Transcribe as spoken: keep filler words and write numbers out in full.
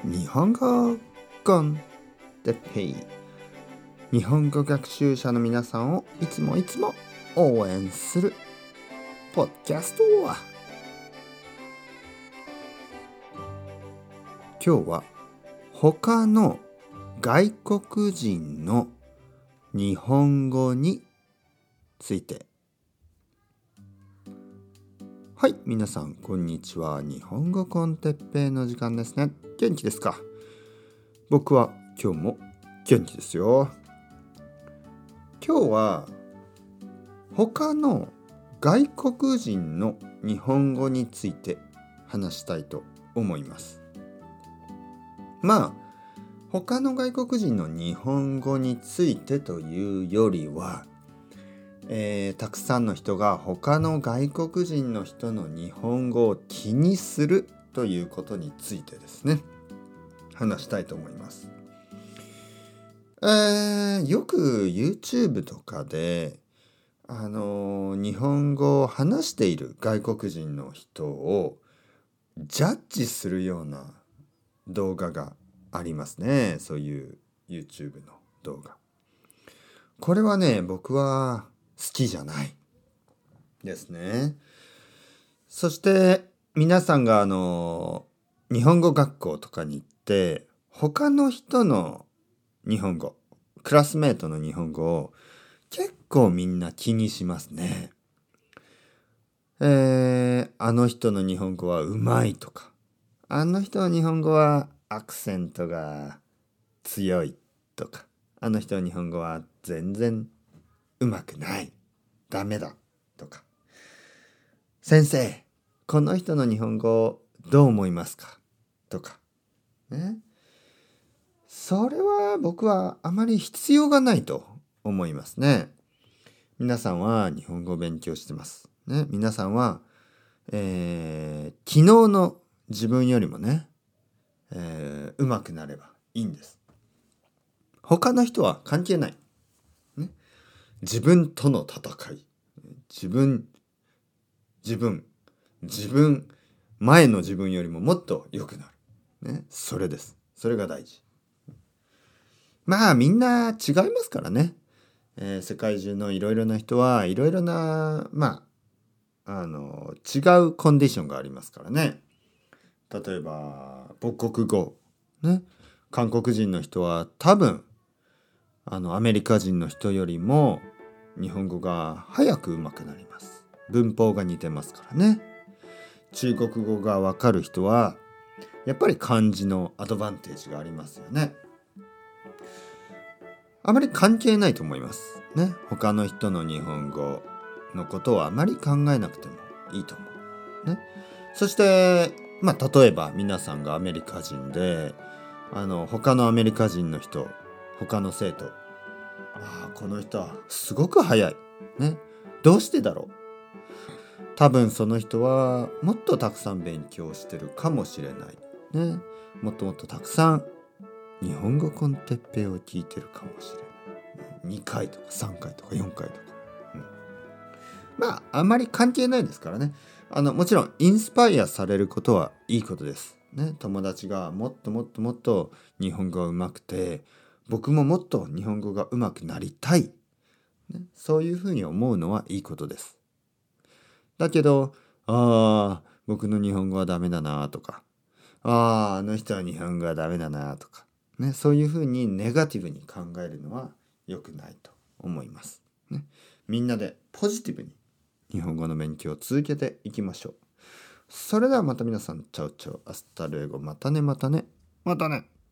日本語コンテッペイ。日本語学習者の皆さんをいつもいつも応援するポッドキャスト。今日は他の外国人の日本語について。はい、皆さんこんにちは。日本語コンテッペイの時間ですね。元気ですか？僕は今日も元気ですよ。今日は他の外国人の日本語について話したいと思います。まあ他の外国人の日本語についてというよりは、えー、たくさんの人が他の外国人の人の日本語を気にするということについてですね、話したいと思います。えー、よく YouTube とかであのー、日本語を話している外国人の人をジャッジするような動画がありますね。そういう YouTube の動画。これはね、僕は好きじゃないですね。そして皆さんがあの日本語学校とかに行って他の人の日本語、クラスメートの日本語を結構みんな気にしますね。えー、あの人の日本語はうまいとか、あの人の日本語はアクセントが強いとか、あの人の日本語は全然うまくない、ダメだとか、先生この人の日本語どう思いますかとかね。それは僕はあまり必要がないと思いますね。皆さんは日本語を勉強してますね。皆さんは、えー、昨日の自分よりもね、えー、上手くなればいいんです。他の人は関係ない、ね、自分との戦い、自分自分自分前の自分よりももっと良くなる、ね、それです。それが大事。まあみんな違いますからね、えー、世界中のいろいろな人はいろいろなまああの違うコンディションがありますからね。例えば母国語ね、韓国人の人は多分あのアメリカ人の人よりも日本語が早く上手くなります。文法が似てますからね。中国語がわかる人はやっぱり漢字のアドバンテージがありますよね。あまり関係ないと思いますね。他の人の日本語のことをあまり考えなくてもいいと思うね。そしてまあ例えば皆さんがアメリカ人で、あの他のアメリカ人の人、他の生徒、ああこの人はすごく早いね。どうしてだろう。多分その人はもっとたくさん勉強してるかもしれないね。もっともっとたくさん日本語コンテッペイを聞いてるかもしれない。にかいとかさんかいとかよんかいとか、うん、まああんまり関係ないですからね。あのもちろんインスパイアされることはいいことですね。友達がもっともっともっと日本語が上手くて、僕ももっと日本語が上手くなりたい、ね、そういうふうに思うのはいいことです。だけど、ああ僕の日本語はダメだなとか、あああの人は日本語はダメだなとかね、そういうふうにネガティブに考えるのは良くないと思います、ね。みんなでポジティブに日本語の勉強を続けていきましょう。それではまた皆さん、チャウチャウ、アスタルエゴ、またねまたねまたね。